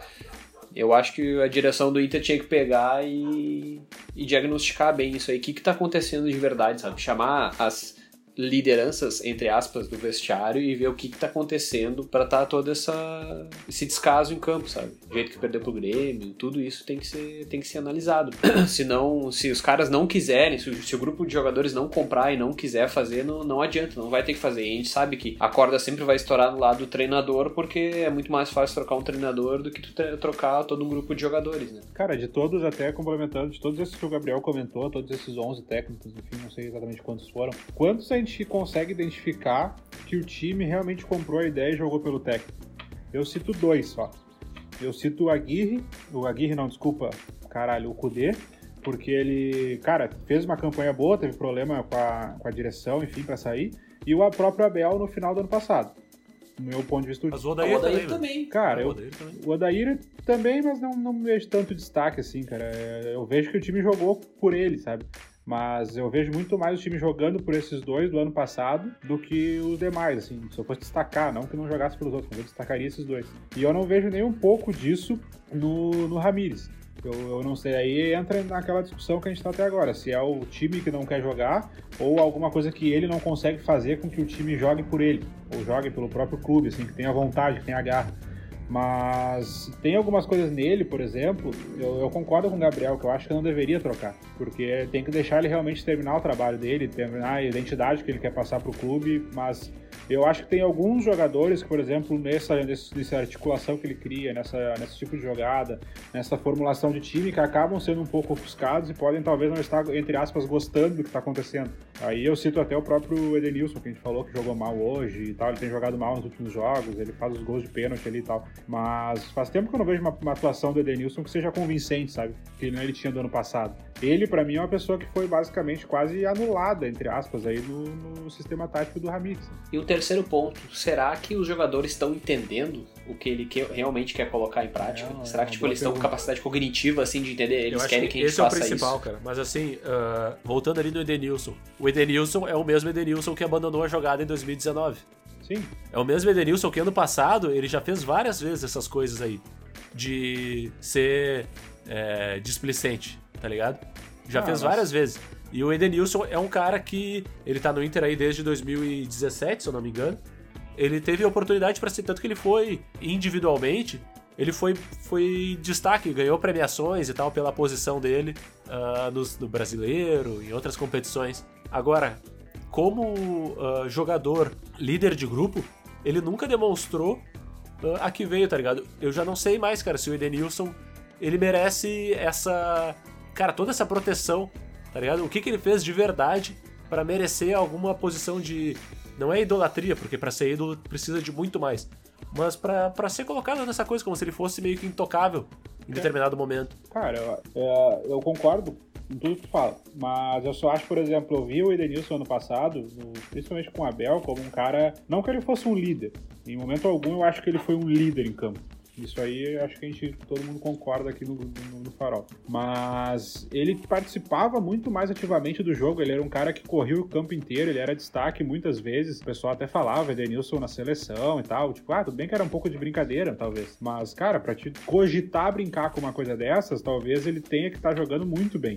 Eu acho que a direção do Inter tinha que pegar e, e diagnosticar bem isso aí. O que que tá acontecendo de verdade, sabe? Chamar as lideranças, entre aspas, do vestiário e ver o que que tá acontecendo pra tá todo essa, esse descaso em campo, sabe? O jeito que perdeu pro Grêmio, tudo isso tem que ser, tem que ser analisado. Se não, se os caras não quiserem, se o, se o grupo de jogadores não comprar e não quiser fazer, não, não adianta, não vai ter que fazer. E a gente sabe que a corda sempre vai estourar no lado do treinador, porque é muito mais fácil trocar um treinador do que tu tre- trocar todo um grupo de jogadores, né? Cara, de todos, até complementando, de todos esses que o Gabriel comentou, todos esses onze técnicos, enfim, não sei exatamente quantos foram, quantos a gente consegue identificar que o time realmente comprou a ideia e jogou pelo técnico? Eu cito dois só. Eu cito o Aguirre, o Aguirre não, desculpa, caralho, o Kudê, porque ele, cara, fez uma campanha boa, teve problema com a, com a direção, enfim, pra sair, e o próprio Abel no final do ano passado. No meu ponto de vista, Mas o O Odair, Odair também, também. velho. cara, O eu, Odair também. o Odair também, mas não, não vejo tanto destaque assim, cara. Eu vejo que o time jogou por ele, sabe? Mas eu vejo muito mais o time jogando por esses dois do ano passado do que os demais, assim. Se eu fosse destacar, não que não jogasse pelos outros, mas eu destacaria esses dois. E eu não vejo nem um pouco disso no, no Ramires. Eu, eu não sei, aí entra naquela discussão que a gente tá até agora, se é o time que não quer jogar ou alguma coisa que ele não consegue fazer com que o time jogue por ele, ou jogue pelo próprio clube, assim, que tenha vontade, que tenha garra. Mas tem algumas coisas nele, por exemplo, eu, eu concordo com o Gabriel, que eu acho que não deveria trocar, porque tem que deixar ele realmente terminar o trabalho dele, terminar a identidade que ele quer passar pro clube, mas eu acho que tem alguns jogadores que, por exemplo, nessa, nessa articulação que ele cria, nessa, nesse tipo de jogada, nessa formulação de time, que acabam sendo um pouco ofuscados e podem talvez não estar, entre aspas, gostando do que está acontecendo. Aí eu cito até o próprio Edenilson, que a gente falou que jogou mal hoje e tal, ele tem jogado mal nos últimos jogos, ele faz os gols de pênalti ali e tal, mas faz tempo que eu não vejo uma, uma atuação do Edenilson que seja convincente, sabe? Que ele, ele tinha do ano passado. Ele, pra mim, é uma pessoa que foi basicamente quase anulada, entre aspas, aí no, no sistema tático do Ramires. E o terceiro ponto, será que os jogadores estão entendendo o que ele que, realmente quer colocar em prática? É, será é que tipo, uma eles estão com pergunta. capacidade cognitiva assim de entender? Eles Eu acho querem que, a gente esse é o faça principal, isso? cara. Mas assim, uh, voltando ali no Edenilson. O Edenilson é o mesmo Edenilson que abandonou a jogada em dois mil e dezenove. Sim. É o mesmo Edenilson que ano passado ele já fez várias vezes essas coisas aí. De ser é, displicente, tá ligado? Já Ah, fez mas- várias vezes. E o Edenilson é um cara que ele tá no Inter aí desde dois mil e dezessete, se eu não me engano. Ele teve a oportunidade pra ser, tanto que ele foi individualmente, ele foi, foi destaque, ganhou premiações e tal pela posição dele uh, no, no Brasileiro e outras competições. Agora, como uh, jogador líder de grupo, ele nunca demonstrou uh, a que veio, tá ligado? Eu já não sei mais, cara, se o Edenilson ele merece essa, cara, toda essa proteção, tá ligado? O que, que ele fez de verdade pra merecer alguma posição de... Não é idolatria, porque pra ser ídolo precisa de muito mais. Mas pra, pra ser colocado nessa coisa, como se ele fosse meio que intocável em determinado momento. Cara, eu, eu, eu concordo com tudo que tu fala, mas eu só acho, por exemplo, eu vi o Edenilson ano passado, no, principalmente com o Abel, como um cara, não que ele fosse um líder, em momento algum eu acho que ele foi um líder em campo. Isso aí acho que a gente, todo mundo concorda aqui no, no, no Farol. Mas ele participava muito mais ativamente do jogo, ele era um cara que corria o campo inteiro, ele era destaque muitas vezes, o pessoal até falava Edenilson na seleção e tal, tipo, ah, tudo bem que era um pouco de brincadeira, talvez. Mas, cara, pra te cogitar brincar com uma coisa dessas, talvez ele tenha que estar jogando muito bem.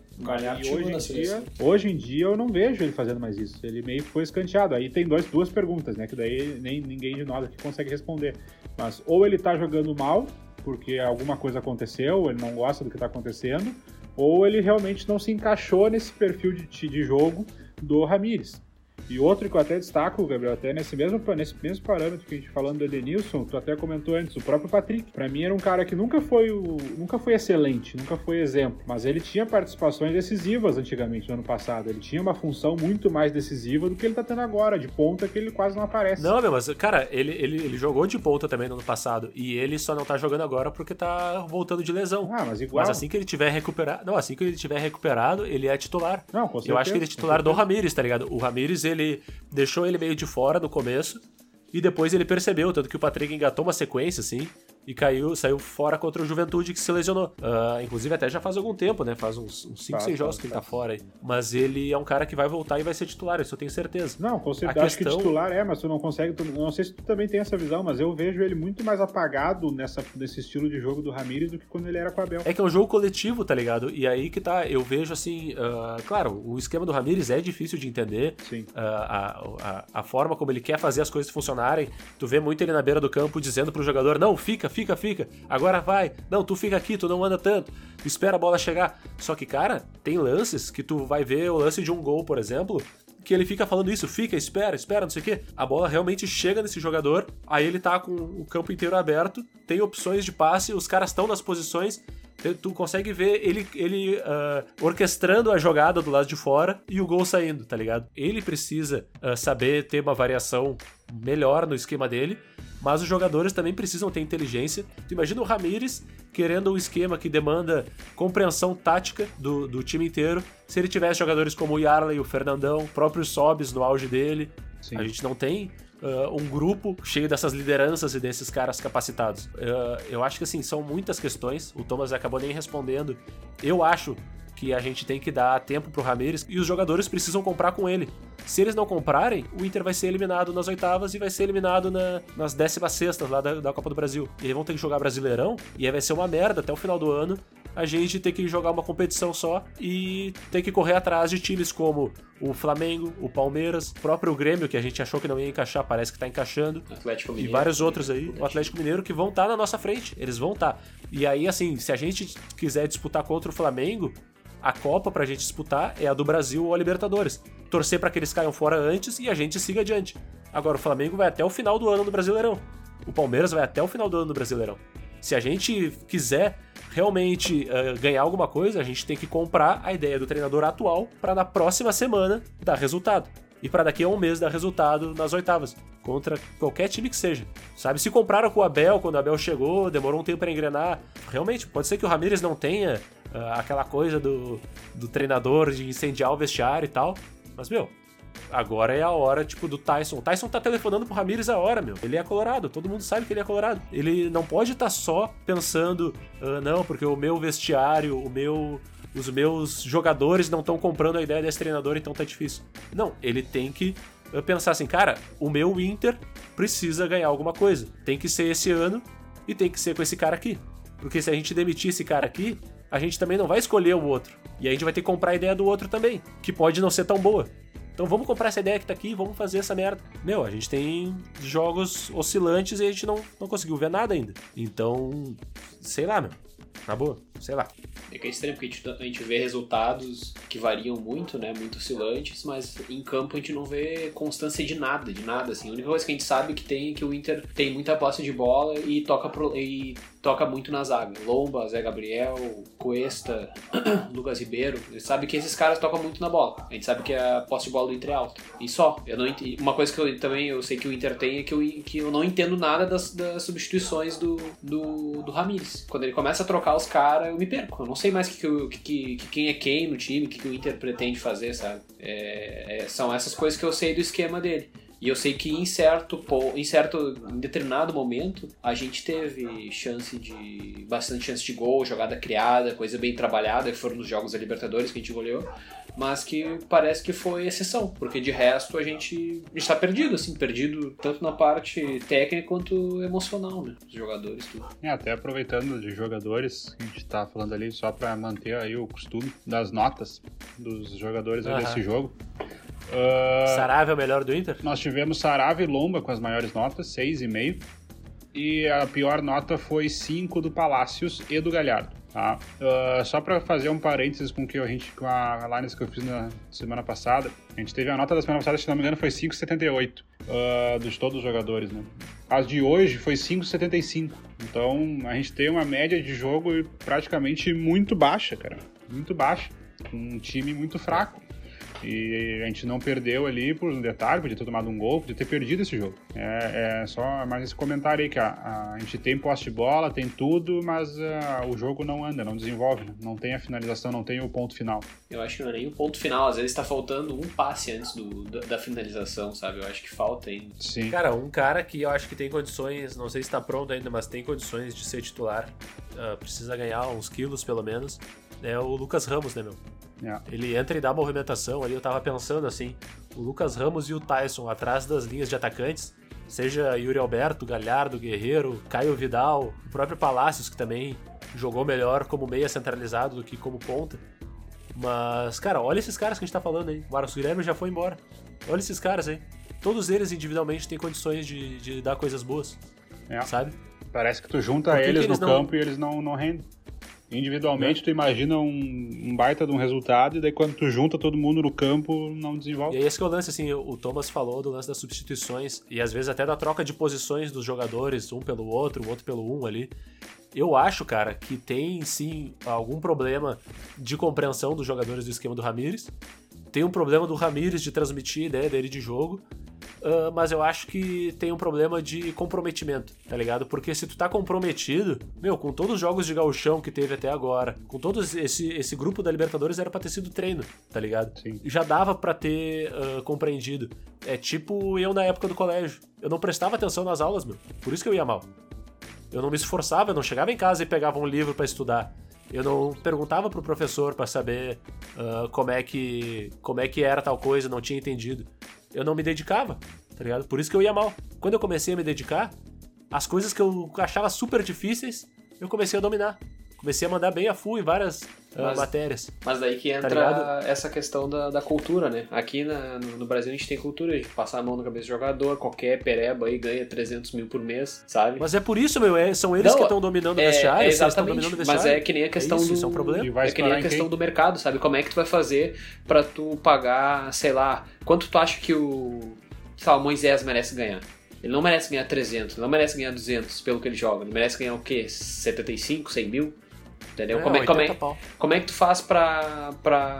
E hoje em, dia, hoje em dia eu não vejo ele fazendo mais isso. Ele meio que foi escanteado. Aí tem dois, duas perguntas, né? Que daí nem ninguém de nós aqui consegue responder. Mas ou ele tá jogando mal, porque alguma coisa aconteceu, ele não gosta do que tá acontecendo, ou ele realmente não se encaixou nesse perfil de, de jogo do Ramires. E outro que eu até destaco, Gabriel, até nesse mesmo, nesse mesmo parâmetro que a gente falando do Edenilson, tu até comentou antes, o próprio Patrick. Pra mim era um cara que nunca foi, o, nunca foi excelente, nunca foi exemplo, mas ele tinha participações decisivas antigamente, no ano passado. Ele tinha uma função muito mais decisiva do que ele tá tendo agora, de ponta, que ele quase não aparece. Não, meu, mas, cara, ele, ele, ele jogou de ponta também no ano passado, e ele só não tá jogando agora porque tá voltando de lesão. Ah, mas igual. Mas assim que ele tiver recuperado, não, assim que ele tiver recuperado, ele é titular. Não, com certeza. Eu acho que ele é titular do Ramires, tá ligado? O Ramires, ele Ele deixou ele meio de fora no começo e depois ele percebeu, tanto que o Patrick engatou uma sequência, assim, e caiu, saiu fora contra o Juventude, que se lesionou. Uh, inclusive até já faz algum tempo, né? Faz uns cinco, seis jogos que ele tá fora aí. Mas ele é um cara que vai voltar e vai ser titular, isso eu tenho certeza. Não, com certeza. Acho questão... que titular é, mas tu não consegue... Tu, não sei se tu também tem essa visão, mas eu vejo ele muito mais apagado nessa, nesse estilo de jogo do Ramires do que quando ele era com o Abel. É que é um jogo coletivo, tá ligado? E aí que tá, eu vejo assim... Uh, claro, o esquema do Ramires é difícil de entender. Sim. Uh, a, a, a forma como ele quer fazer as coisas funcionarem. Tu vê muito ele na beira do campo dizendo pro jogador, não, fica, fica, fica. Agora vai. Não, tu fica aqui, tu não anda tanto. Tu espera a bola chegar. Só que, cara, tem lances que tu vai ver o lance de um gol, por exemplo, que ele fica falando isso, fica, espera, espera, não sei o quê. A bola realmente chega nesse jogador, aí ele tá com o campo inteiro aberto, tem opções de passe, os caras estão nas posições, tu consegue ver ele, ele uh, orquestrando a jogada do lado de fora e o gol saindo, tá ligado? Ele precisa uh, saber ter uma variação melhor no esquema dele, mas os jogadores também precisam ter inteligência. Tu imagina o Ramires querendo um esquema que demanda compreensão tática do, do time inteiro, se ele tivesse jogadores como o Yarley, o Fernandão, o próprio Sobis no auge dele. Sim. A gente não tem uh, um grupo cheio dessas lideranças e desses caras capacitados. Uh, eu acho que assim, são muitas questões, o Thomas acabou nem respondendo. Eu acho que a gente tem que dar tempo pro Ramires e os jogadores precisam comprar com ele. Se eles não comprarem, o Inter vai ser eliminado nas oitavas e vai ser eliminado na, nas décimas sextas lá da, da Copa do Brasil. E eles vão ter que jogar Brasileirão e aí vai ser uma merda até o final do ano a gente ter que jogar uma competição só e ter que correr atrás de times como o Flamengo, o Palmeiras, o próprio Grêmio, que a gente achou que não ia encaixar, parece que tá encaixando. Atlético Mineiro. E vários outros aí, o Atlético Mineiro, que vão estar tá na nossa frente. Eles vão estar. Tá. E aí, assim, se a gente quiser disputar contra o Flamengo, a Copa pra gente disputar é a do Brasil ou a Libertadores. Torcer pra que eles caiam fora antes e a gente siga adiante. Agora, o Flamengo vai até o final do ano no Brasileirão. O Palmeiras vai até o final do ano no Brasileirão. Se a gente quiser realmente uh, ganhar alguma coisa, a gente tem que comprar a ideia do treinador atual para na próxima semana dar resultado. E para daqui a um mês dar resultado nas oitavas, contra qualquer time que seja. Sabe, se compraram com o Abel, quando o Abel chegou, demorou um tempo para engrenar. Realmente, pode ser que o Ramires não tenha uh, aquela coisa do, do treinador de incendiar o vestiário e tal. Mas, meu, agora é a hora, tipo, do Tyson. O Tyson tá telefonando pro Ramires a hora, meu. Ele é colorado, todo mundo sabe que ele é colorado. Ele não pode estar tá só pensando, uh, não, porque o meu vestiário, o meu... os meus jogadores não estão comprando a ideia desse treinador, então tá difícil. Não, ele tem que pensar assim, cara, o meu Inter precisa ganhar alguma coisa. Tem que ser esse ano e tem que ser com esse cara aqui. Porque se a gente demitir esse cara aqui, a gente também não vai escolher o outro. E a gente vai ter que comprar a ideia do outro também, que pode não ser tão boa. Então vamos comprar essa ideia que tá aqui e vamos fazer essa merda. Meu, a gente tem jogos oscilantes e a gente não, não conseguiu ver nada ainda. Então, sei lá, meu. Na boa, sei lá. É que é estranho, porque a gente, a gente vê resultados que variam muito, né? Muito oscilantes, mas em campo a gente não vê constância de nada, de nada, assim. A única coisa que a gente sabe que tem é que o Inter tem muita posse de bola e toca, pro, e toca muito na zaga. Lomba, Zé Gabriel, Cuesta, Lucas Ribeiro. A gente sabe que esses caras tocam muito na bola. A gente sabe que a posse de bola do Inter é alta. E só. Eu não ent... Uma coisa que eu também eu sei que o Inter tem é que eu, que eu não entendo nada das, das substituições do, do, do Ramires. Quando ele começa a trocar os caras, eu me perco. Eu não sei mais que, que, que, que quem é quem no time, o que, que o Inter pretende fazer, sabe? É, é, são essas coisas que eu sei do esquema dele. E eu sei que em certo, em certo, em determinado momento, a gente teve chance de, bastante chance de gol, jogada criada, coisa bem trabalhada, que foram nos jogos da Libertadores que a gente goleou, mas que parece que foi exceção, porque de resto a gente está perdido, assim, perdido tanto na parte técnica quanto emocional, né, dos jogadores, tudo. É, até aproveitando de jogadores, a gente tá falando ali só para manter aí o costume das notas dos jogadores uhum. desse jogo. Uh, Saravia é o melhor do Inter? Nós tivemos Saravia e Lomba com as maiores notas, seis e meio. E a pior nota foi cinco do Palácios e do Galhardo. Tá? Uh, só para fazer um parênteses com, que a gente, com a análise que eu fiz na semana passada, a gente teve a nota da semana passada, se não me engano, foi cinco vírgula setenta e oito uh, de todos os jogadores. Né? A de hoje foi cinco vírgula setenta e cinco. Então a gente tem uma média de jogo praticamente muito baixa, cara. Muito baixa. Um time muito fraco. E a gente não perdeu ali por um detalhe, podia ter tomado um gol, podia ter perdido esse jogo. É, é só mais esse comentário aí, que a, a gente tem posse de bola, tem tudo, mas uh, o jogo não anda, não desenvolve, né? Não tem a finalização, não tem o ponto final. Eu acho que não é nem o ponto final, às vezes tá faltando um passe antes do, da, da finalização, sabe? Eu acho que falta ainda. Sim. Cara, um cara que eu acho que tem condições, não sei se tá pronto ainda, mas tem condições de ser titular, uh, precisa ganhar uns quilos pelo menos, é o Lucas Ramos, né, meu? Yeah. Ele entra e dá movimentação ali, eu tava pensando assim, o Lucas Ramos e o Tyson atrás das linhas de atacantes, seja Yuri Alberto, Galhardo, Guerreiro, Caio Vidal, o próprio Palácios, que também jogou melhor como meia centralizado do que como ponta. Mas, cara, olha esses caras que a gente tá falando aí. O Marcos Guilherme já foi embora. Olha esses caras aí. Todos eles individualmente têm condições de, de dar coisas boas, yeah. sabe? Parece que tu junta que eles que eles no não... campo e eles não, não rendem. Individualmente, tu imagina um, um baita de um resultado, e daí quando tu junta todo mundo no campo, não desenvolve. E aí esse que é o lance, assim, o Thomas falou do lance das substituições, e às vezes até da troca de posições dos jogadores, um pelo outro, o outro pelo um ali. Eu acho, cara, que tem sim algum problema de compreensão dos jogadores do esquema do Ramires, tem um problema do Ramires de transmitir a ideia dele de jogo, Uh, mas eu acho que tem um problema de comprometimento, tá ligado? Porque se tu tá comprometido, meu, com todos os jogos de gauchão que teve até agora, com todo esse, esse grupo da Libertadores era pra ter sido treino, tá ligado? Sim. Já dava pra ter uh, compreendido. É tipo eu na época do colégio. Eu não prestava atenção nas aulas, meu. Por isso que eu ia mal. Eu não me esforçava, eu não chegava em casa e pegava um livro pra estudar. Eu não perguntava pro professor pra saber uh, como, é que, como é que era tal coisa, não tinha entendido. Eu não me dedicava, tá ligado? Por isso que eu ia mal. Quando eu comecei a me dedicar, as coisas que eu achava super difíceis, eu comecei a dominar. Comecei a mandar bem a full em várias uh, mas, matérias. Mas daí que entra tá essa questão da, da cultura, né? Aqui na, no, no Brasil a gente tem cultura de passar a mão na cabeça do jogador, qualquer pereba aí ganha trezentos mil por mês, sabe? Mas é por isso, meu, é, são eles não, que estão dominando o é, vestiário, é exatamente, dominando o vestiário. Mas é que nem a questão é isso, do... Isso é um problema. É que nem a questão do mercado, sabe? Como é que tu vai fazer pra tu pagar, sei lá, quanto tu acha que o... sei lá, o Moisés merece ganhar? Ele não merece ganhar trezentos, ele não merece ganhar duzentos pelo que ele joga. Ele merece ganhar o quê? setenta e cinco, cem mil? Entendeu? É, como, é, como, é, como é que tu faz pra,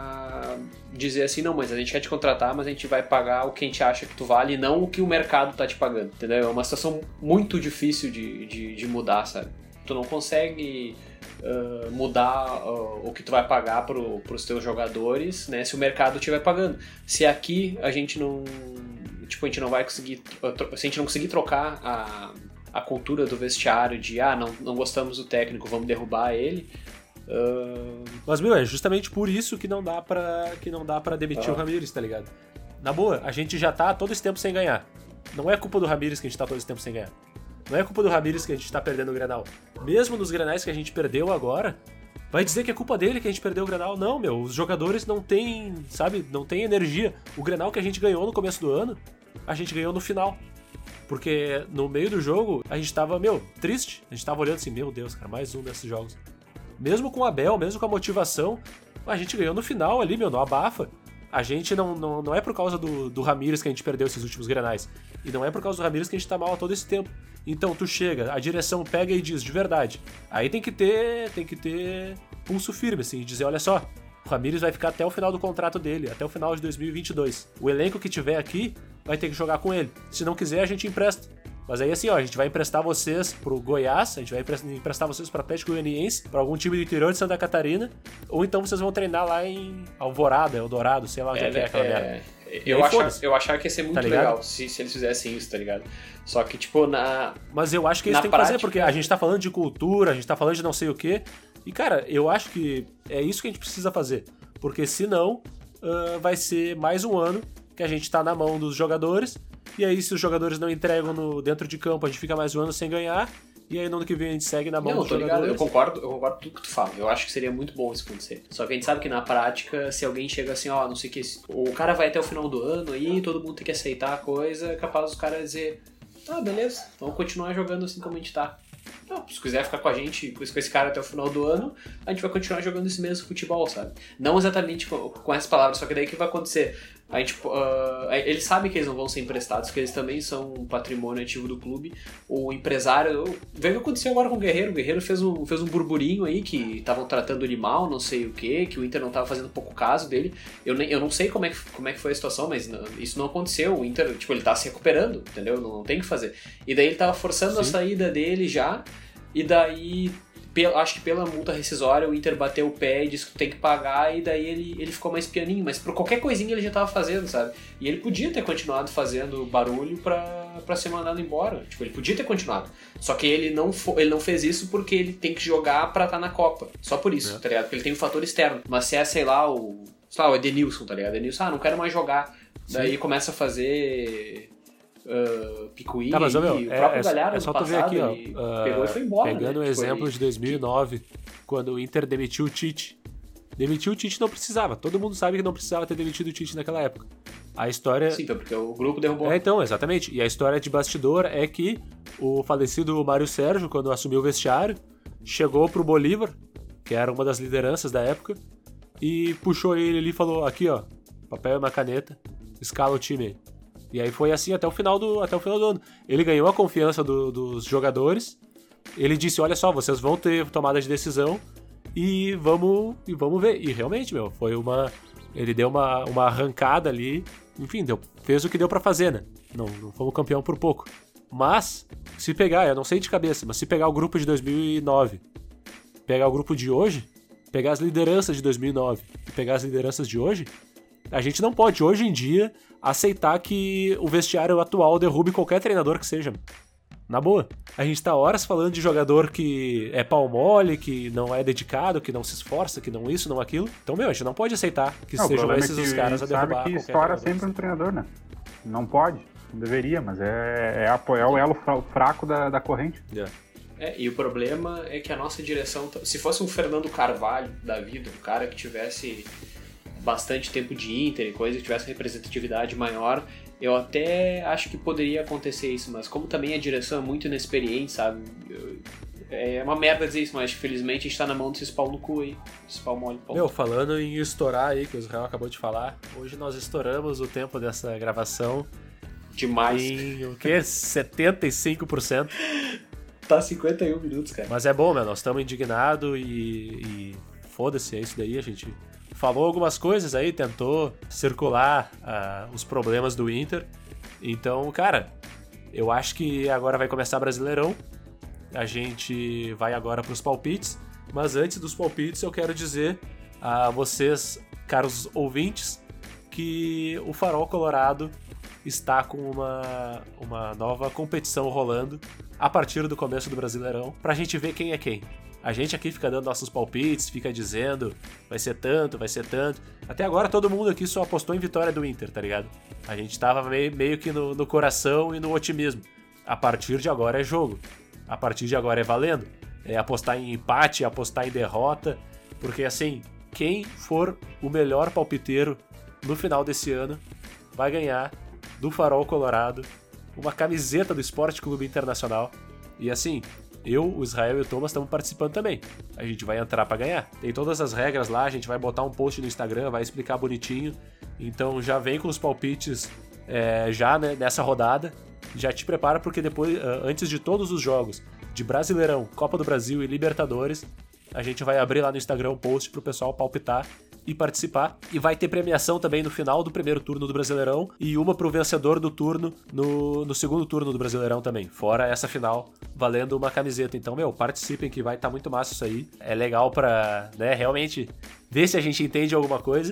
pra dizer assim, não, mas a gente quer te contratar, mas a gente vai pagar o que a gente acha que tu vale e não o que o mercado tá te pagando, entendeu? É uma situação muito difícil de, de, de mudar, sabe? Tu não consegue uh, mudar uh, o que tu vai pagar pro, pros teus jogadores, né, se o mercado estiver pagando. Se aqui a gente não... Tipo, a gente não vai conseguir... Se a gente não conseguir trocar a... a cultura do vestiário de, ah, não, não gostamos do técnico, vamos derrubar ele. Uh... Mas, meu, é justamente por isso que não dá pra, que não dá pra demitir ah. o Ramires, tá ligado? Na boa, a gente já tá todo esse tempo sem ganhar. Não é culpa do Ramires que a gente tá todo esse tempo sem ganhar. Não é culpa do Ramires que a gente tá perdendo o Grenal. Mesmo nos Grenais que a gente perdeu agora, vai dizer que é culpa dele que a gente perdeu o Grenal? Não, meu, os jogadores não têm, sabe, não têm energia. O Grenal que a gente ganhou no começo do ano, a gente ganhou no final. Porque no meio do jogo, a gente tava, meu, triste. A gente tava olhando assim, meu Deus, cara, mais um desses jogos. Mesmo com o Abel, mesmo com a motivação, a gente ganhou no final ali, meu, não abafa. A gente não, não, não é por causa do, do Ramires que a gente perdeu esses últimos Grenais. E não é por causa do Ramires que a gente tá mal a todo esse tempo. Então tu chega, a direção pega e diz, de verdade. Aí tem que ter, tem que ter pulso firme, assim, dizer, olha só, o Ramires vai ficar até o final do contrato dele, até o final de dois mil e vinte e dois. O elenco que tiver aqui vai ter que jogar com ele. Se não quiser, a gente empresta. Mas aí assim, ó, a gente vai emprestar vocês pro Goiás, a gente vai emprestar vocês pro Atlético Goianiense, pra algum time do interior de Santa Catarina, ou então vocês vão treinar lá em Alvorada, Eldorado, sei lá onde é, é que é aquela é, merda. Eu, achava, eu achava que ia ser muito tá legal se, se eles fizessem isso, tá ligado? Só que, tipo, na. Mas eu acho que eles têm que fazer, porque a gente tá falando de cultura, a gente tá falando de não sei o quê. E, cara, eu acho que é isso que a gente precisa fazer. Porque senão uh, vai ser mais um ano que a gente tá na mão dos jogadores. E aí, se os jogadores não entregam no, dentro de campo, a gente fica mais um ano sem ganhar. E aí, no ano que vem, a gente segue na mão não, dos tô jogadores. Ligado. Eu concordo, eu concordo com tudo que tu fala. Eu acho que seria muito bom isso acontecer. Só que a gente sabe que na prática, se alguém chega assim, ó, não sei o que, o cara vai até o final do ano aí, todo mundo tem que aceitar a coisa, é capaz dos caras dizer, ah, beleza, vamos continuar jogando assim como a gente tá. Não, se quiser ficar com a gente, com esse cara até o final do ano, a gente vai continuar jogando esse mesmo futebol, sabe? Não exatamente com, com essas palavras, só que daí o que vai acontecer? A gente, uh, eles sabem que eles não vão ser emprestados, que eles também são um patrimônio ativo do clube. O empresário... Vê o que aconteceu agora com o Guerreiro. O Guerreiro fez um, fez um burburinho aí, que estavam tratando ele mal, não sei o quê, que o Inter não estava fazendo pouco caso dele. Eu, nem, eu não sei como é, que, como é que foi a situação, mas não, isso não aconteceu. O Inter, tipo, ele tá se recuperando, entendeu? Não, não tem o que fazer. E daí ele tava forçando Sim. a saída dele já, e daí... Acho que pela multa rescisória o Inter bateu o pé e disse que tem que pagar, e daí ele, ele ficou mais pianinho, mas por qualquer coisinha ele já tava fazendo, sabe? E ele podia ter continuado fazendo barulho pra, pra ser mandado embora. Tipo, ele podia ter continuado. Só que ele não, fo- ele não fez isso porque ele tem que jogar pra estar na Copa. Só por isso, é. tá ligado? Porque ele tem um fator externo. Mas se é, sei lá, o, sei lá, o Edenilson, tá ligado? Edenilson, ah, não quero mais jogar. Sim. Daí começa a fazer... Uh, Picuí, tá, mas, e meu, o é, próprio é, Galhardo é só do tu ver aqui, ó, uh, pegou e foi embora. Pegando o né? um exemplo ele... de dois mil e nove, quando o Inter demitiu o Tite. Demitiu o Tite não precisava, todo mundo sabe que não precisava ter demitido o Tite naquela época. A história... Sim, então, porque o grupo derrubou. É, então, exatamente. E a história de bastidor é que o falecido Mário Sérgio, quando assumiu o vestiário, chegou pro Bolívar, que era uma das lideranças da época, e puxou ele ali e falou, aqui ó, papel e uma caneta, escala o time aí. E aí foi assim até o final do, até o final do ano. Ele ganhou a confiança do, dos jogadores. Ele disse, olha só, vocês vão ter tomada de decisão e vamos, e vamos ver. E realmente, meu, foi uma... Ele deu uma, uma arrancada ali. Enfim, deu, fez o que deu pra fazer, né? Não, não fomos campeão por pouco. Mas, se pegar, eu não sei de cabeça, mas se pegar o grupo de dois mil e nove, pegar o grupo de hoje, pegar as lideranças de dois mil e nove e pegar as lideranças de hoje, a gente não pode, hoje em dia, aceitar que o vestiário atual derrube qualquer treinador que seja. Na boa. A gente tá horas falando de jogador que é pau mole, que não é dedicado, que não se esforça, que não isso, não aquilo. Então, meu, a gente não pode aceitar que não, sejam esses é que os caras a derrubar sabe que qualquer estoura sempre um treinador, né? Não pode, não deveria, mas é, é, apoiar é o elo fraco da, da corrente. Yeah. É, e o problema é que a nossa direção... Se fosse um Fernando Carvalho da vida, um cara que tivesse bastante tempo de Inter e coisa, que tivesse representatividade maior, eu até acho que poderia acontecer isso, mas como também a direção é muito inexperiente, sabe? Eu, é uma merda dizer isso, mas felizmente a gente tá na mão desses pau no cu aí. Esses pau mole, pau. Meu, falando em estourar aí, que o Israel acabou de falar, hoje nós estouramos o tempo dessa gravação. Demais. Em o quê? setenta e cinco por cento. Tá cinquenta e um minutos, cara. Mas é bom, meu, nós estamos indignados e, e foda-se, é isso daí, a gente falou algumas coisas aí, tentou circular uh, os problemas do Inter. Então, cara, eu acho que agora vai começar Brasileirão. A gente vai agora para os palpites. Mas antes dos palpites, eu quero dizer a vocês, caros ouvintes, que o Farol Colorado está com uma, uma nova competição rolando a partir do começo do Brasileirão, pra gente ver quem é quem. A gente aqui fica dando nossos palpites, fica dizendo vai ser tanto, vai ser tanto. Até agora todo mundo aqui só apostou em vitória do Inter, tá ligado? A gente tava meio, meio que no, no coração e no otimismo. A partir de agora é jogo. A partir de agora é valendo. É apostar em empate, apostar em derrota. Porque assim, quem for o melhor palpiteiro no final desse ano vai ganhar do Farol Colorado uma camiseta do Esporte Clube Internacional. E assim, eu, o Israel e o Thomas estamos participando também. A gente vai entrar pra ganhar. Tem todas as regras lá, a gente vai botar um post no Instagram, vai explicar bonitinho. Então já vem com os palpites é, já né, nessa rodada. Já te prepara porque depois, antes de todos os jogos de Brasileirão, Copa do Brasil e Libertadores, a gente vai abrir lá no Instagram um post pro pessoal palpitar e participar. E vai ter premiação também no final do primeiro turno do Brasileirão e uma pro vencedor do turno no, no segundo turno do Brasileirão também. Fora essa final, valendo uma camiseta. Então, meu, participem que vai estar tá muito massa isso aí. É legal pra, né, realmente ver se a gente entende alguma coisa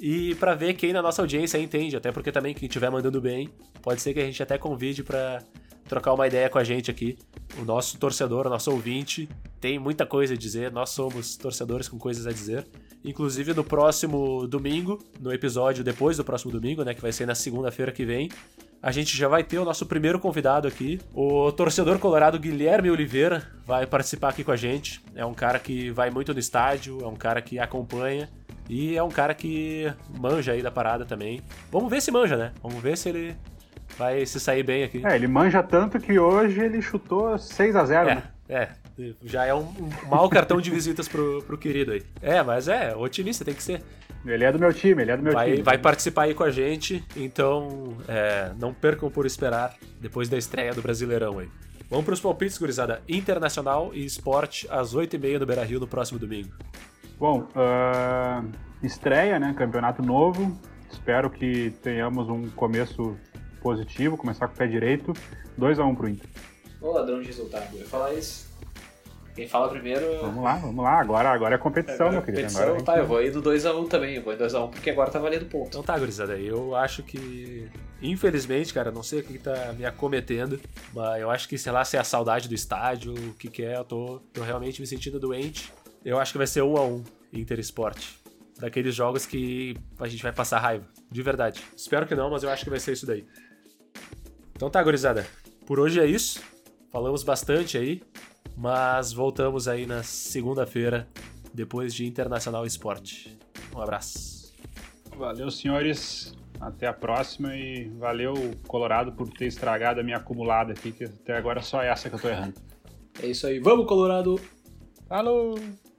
e pra ver quem na nossa audiência entende, até porque também quem estiver mandando bem, pode ser que a gente até convide pra trocar uma ideia com a gente aqui. O nosso torcedor, o nosso ouvinte, tem muita coisa a dizer, nós somos torcedores com coisas a dizer. Inclusive no próximo domingo, no episódio depois do próximo domingo, né, que vai ser na segunda-feira que vem, a gente já vai ter o nosso primeiro convidado aqui, o torcedor colorado Guilherme Oliveira, vai participar aqui com a gente. É um cara que vai muito no estádio, é um cara que acompanha e é um cara que manja aí da parada também. Vamos ver se manja, né? Vamos ver se ele vai se sair bem aqui. É, ele manja tanto que hoje ele chutou seis a zero, é, né? É, já é um, um mau cartão de visitas pro, pro querido aí. É, mas é, otimista tem que ser. Ele é do meu time, ele é do meu vai, time. Vai participar aí com a gente, então é, não percam por esperar depois da estreia do Brasileirão aí. Vamos pros palpites, gurizada. Internacional e Sport às oito e meia do Beira-Rio no próximo domingo. Bom, uh, estreia, né? Campeonato novo. Espero que tenhamos um começo positivo, começar com o pé direito. dois a um pro Inter. Ô, ladrão de resultado, eu ia falar isso. Quem fala primeiro... Vamos lá, vamos lá. Agora, agora é competição, agora meu querido. Competição, agora gente... tá, eu vou ir do dois a um também. Eu vou em dois a um porque agora tá valendo ponto. Então tá, gurizada. Eu acho que, infelizmente, cara, não sei o que tá me acometendo, mas eu acho que, sei lá, se é a saudade do estádio, o que que é, eu tô, tô realmente me sentindo doente. Eu acho que vai ser um a um Inter Sport. Daqueles jogos que a gente vai passar raiva. De verdade. Espero que não, mas eu acho que vai ser isso daí. Então tá, gurizada. Por hoje é isso. Falamos bastante aí, mas voltamos aí na segunda-feira, depois de Internacional Esporte. Um abraço. Valeu, senhores. Até a próxima e valeu, Colorado, por ter estragado a minha acumulada aqui, que até agora é só essa que eu tô errando. É isso aí. Vamos, Colorado! Alô!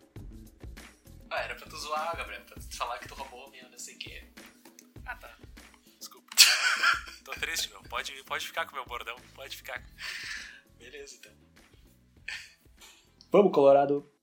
Ah, era pra tu zoar, Gabriel, pra tu falar que tu roubou minha não sei o que. Ah, tá. Desculpa. Tô triste, meu. Pode, pode ficar com o meu bordão. Pode ficar. Beleza, então. Vamos, Colorado!